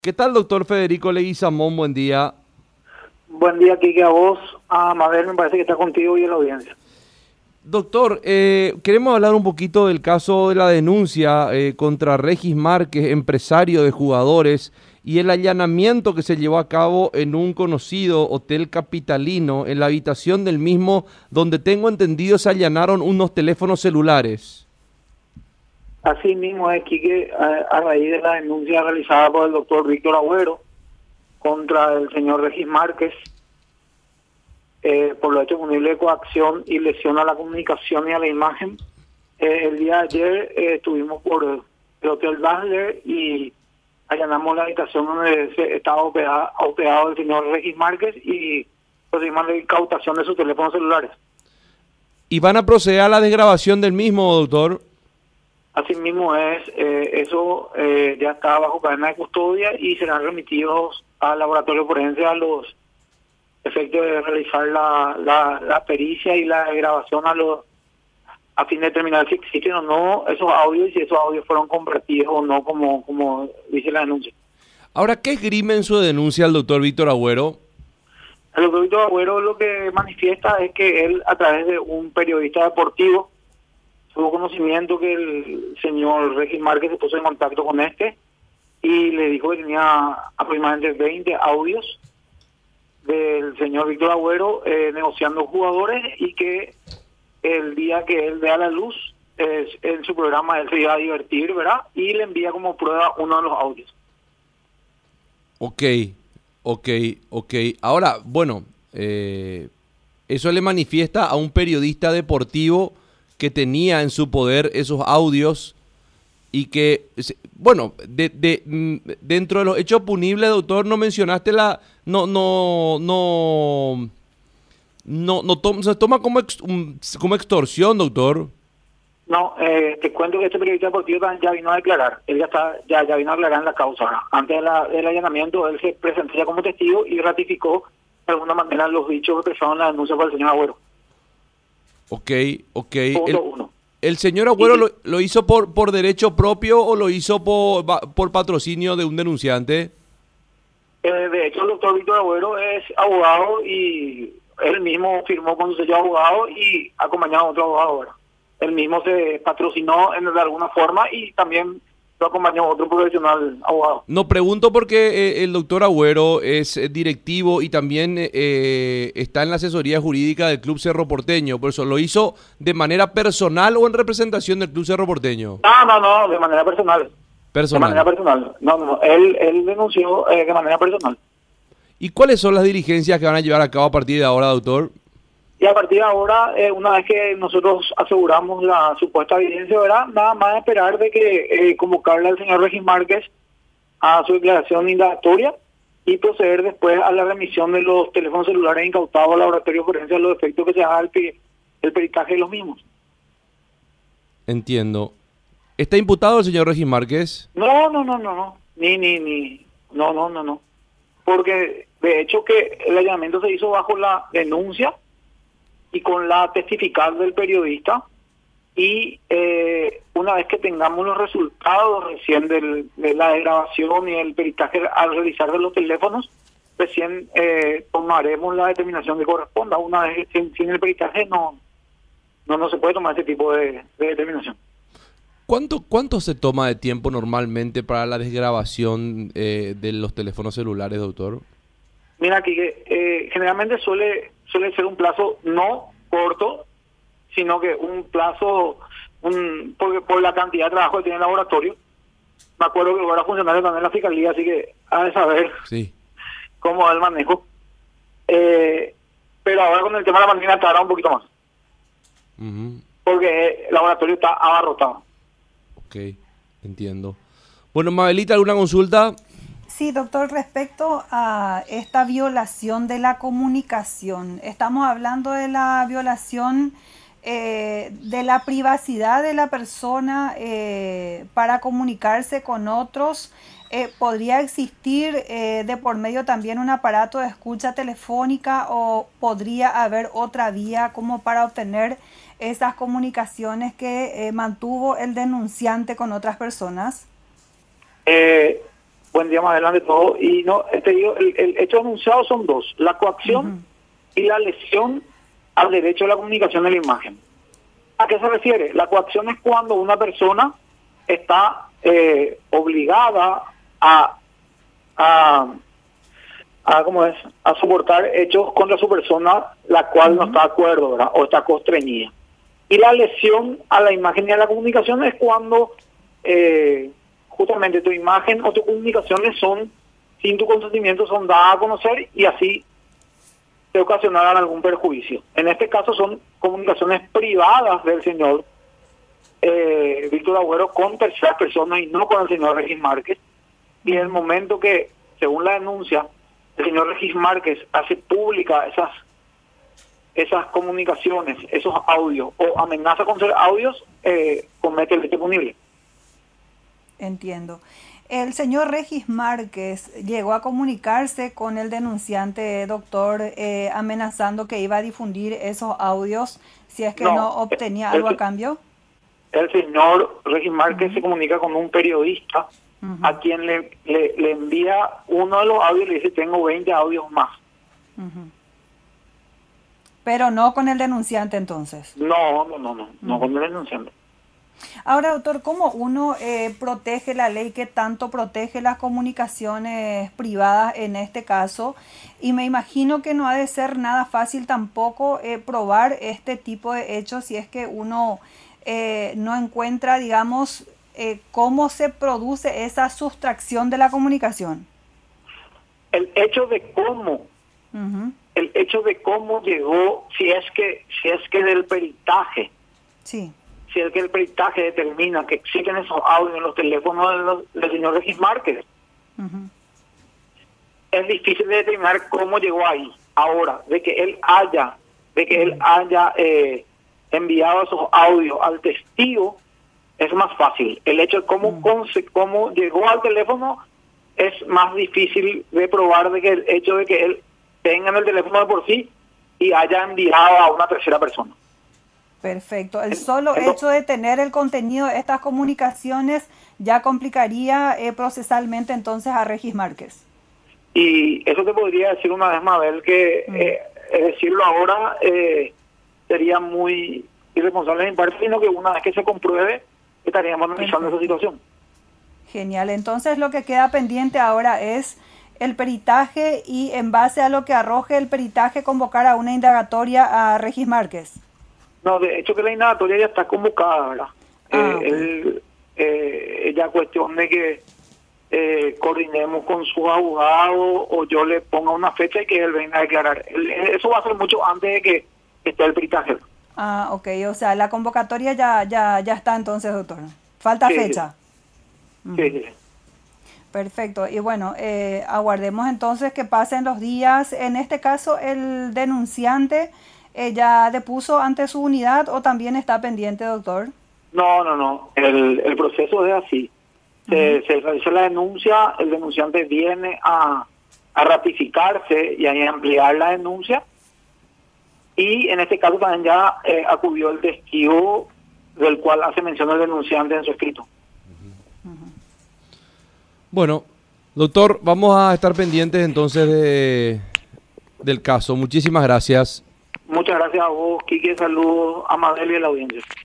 ¿Qué tal, doctor Federico Leguizamón? Buen día. Buen día, Kike, a vos. A Mabel, me parece que está contigo y en la audiencia. Doctor, queremos hablar un poquito del caso de la denuncia contra Regis Márquez, empresario de jugadores, y el allanamiento que se llevó a cabo en un conocido hotel capitalino, en la habitación del mismo, donde tengo entendido se allanaron unos teléfonos celulares. Así mismo es, Kike, a raíz de la denuncia realizada por el doctor Víctor Agüero contra el señor Regis Márquez por los hechos punibles de coacción y lesión a la comunicación y a la imagen. El día de ayer estuvimos por el Hotel Basler y allanamos la habitación donde estaba hospedado el señor Regis Márquez y procedimos a la incautación de sus teléfonos celulares. ¿Y van a proceder a la desgrabación del mismo, doctor? Así mismo es, eso ya está bajo cadena de custodia y serán remitidos al laboratorio forense a los efectos de realizar la pericia y la grabación a fin de determinar si existen o no esos audios y si esos audios fueron compartidos o no, como dice la denuncia. Ahora, ¿qué esgrime en su denuncia al doctor Víctor Agüero? El doctor Víctor Agüero lo que manifiesta es que él, a través de un periodista deportivo, tuvo conocimiento que el señor Regis Márquez se puso en contacto con y le dijo que tenía aproximadamente 20 audios del señor Víctor Agüero negociando jugadores y que el día que él vea la luz, en su programa él se iba a divertir, ¿verdad? Y le envía como prueba uno de los audios. Ok. Ahora, bueno, eso le manifiesta a un periodista deportivo que tenía en su poder esos audios y que, bueno, dentro de los hechos punibles, doctor, no mencionaste se toma como extorsión, doctor. No, te cuento que este periodista deportivo ya vino a declarar. Él ya vino a declarar en la causa, ¿verdad? Antes del allanamiento, él se presentó ya como testigo y ratificó de alguna manera los dichos que expresaron en la denuncia por el señor Agüero. Ok. Punto uno. ¿El señor Agüero lo hizo por derecho propio o lo hizo por patrocinio de un denunciante? De hecho, el doctor Víctor Agüero es abogado y él mismo firmó con su sello de abogado y acompañado a otro abogado, ¿verdad? Él mismo se patrocinó de alguna forma y también lo acompañó otro profesional abogado. No, pregunto porque el doctor Agüero es directivo y también está en la asesoría jurídica del Club Cerro Porteño. Por eso, ¿lo hizo de manera personal o en representación del Club Cerro Porteño? No, de manera personal. Personal. De manera personal. No, él denunció de manera personal. ¿Y cuáles son las diligencias que van a llevar a cabo a partir de ahora, doctor? Y a partir de ahora, una vez que nosotros aseguramos la supuesta evidencia, ¿verdad? Nada más esperar de que convocarle al señor Regis Márquez a su declaración indagatoria y proceder después a la remisión de los teléfonos celulares incautados al laboratorio forense a los efectos que se haga el peritaje de los mismos. Entiendo. ¿Está imputado el señor Regis Márquez? No. No. Porque de hecho que el allanamiento se hizo bajo la denuncia y con la testifical del periodista y una vez que tengamos los resultados recién de la grabación y el peritaje al realizar de los teléfonos, recién tomaremos la determinación que corresponda. Una vez sin el peritaje no se puede tomar ese tipo de determinación. ¿Cuánto se toma de tiempo normalmente para la desgrabación de los teléfonos celulares, doctor? Mira, aquí generalmente suele ser un plazo no corto, sino que un plazo, porque por la cantidad de trabajo que tiene el laboratorio. Me acuerdo que ahora funcionario también en la fiscalía, así que ha de saber cómo es el manejo. Pero ahora con el tema de la máquina tarda un poquito más. Porque el laboratorio está abarrotado. Ok, entiendo. Bueno, Mabelita, ¿alguna consulta? Sí, doctor, respecto a esta violación de la comunicación, estamos hablando de la violación de la privacidad de la persona para comunicarse con otros. ¿Podría existir de por medio también un aparato de escucha telefónica o podría haber otra vía como para obtener esas comunicaciones que mantuvo el denunciante con otras personas? Buen día más adelante todo. Y no, te digo, el hecho denunciado son dos: la coacción y la lesión al derecho a la comunicación de la imagen. ¿A qué se refiere? La coacción es cuando una persona está obligada a ¿cómo es? A soportar hechos contra su persona, la cual no está de acuerdo, ¿verdad? O está constreñida. Y la lesión a la imagen y a la comunicación es cuando justamente tu imagen o tus comunicaciones son, sin tu consentimiento, son dadas a conocer y así te ocasionarán algún perjuicio. En este caso son comunicaciones privadas del señor Víctor Agüero con terceras personas y no con el señor Regis Márquez. Y en el momento que, según la denuncia, el señor Regis Márquez hace pública esas comunicaciones, esos audios, o amenaza con ser audios, comete el delito punible. Entiendo. El señor Regis Márquez llegó a comunicarse con el denunciante, doctor, amenazando que iba a difundir esos audios si es que no obtenía algo a cambio. El señor Regis Márquez se comunica con un periodista a quien le envía uno de los audios y le dice: tengo 20 audios más. Pero no con el denunciante entonces. No con el denunciante. Ahora, doctor, ¿cómo uno protege la ley que tanto protege las comunicaciones privadas en este caso? Y me imagino que no ha de ser nada fácil tampoco probar este tipo de hechos si es que uno no encuentra, digamos, cómo se produce esa sustracción de la comunicación. El hecho de cómo, el hecho de cómo llegó, si es que del peritaje, sí. Si es que el peritaje determina que existen esos audios en los teléfonos del señor Regis Márquez, es difícil de determinar cómo llegó ahí. Ahora, de que él haya enviado esos audios al testigo, es más fácil. El hecho de cómo llegó al teléfono es más difícil de probar, de que el hecho de que él tenga en el teléfono de por sí y haya enviado a una tercera persona. Perfecto. El solo hecho de tener el contenido de estas comunicaciones ya complicaría procesalmente entonces a Regis Márquez. Y eso te podría decir una vez, Mabel, que decirlo ahora sería muy irresponsable de mi parte, sino que una vez que se compruebe estaríamos analizando esa situación. Genial. Entonces lo que queda pendiente ahora es el peritaje y en base a lo que arroje el peritaje convocar a una indagatoria a Regis Márquez. No, de hecho que la indagatoria ya está convocada, ¿verdad? Ya cuestión de que coordinemos con su abogado o yo le ponga una fecha y que él venga a declarar. Eso va a ser mucho antes de que esté el peritaje. Ok, o sea, la convocatoria ya está entonces, doctor. Falta fecha. Sí. Perfecto. Y bueno, aguardemos entonces que pasen los días. En este caso, el denunciante ya depuso ante su unidad o también está pendiente, doctor. No. El proceso es así. Se realiza la denuncia, el denunciante viene a ratificarse y a ampliar la denuncia. Y en este caso también ya acudió el testigo del cual hace mención el denunciante en su escrito. Bueno, doctor, vamos a estar pendientes entonces del caso. Muchísimas gracias. Muchas gracias a vos, Quique. Saludos a Mabel y a la audiencia.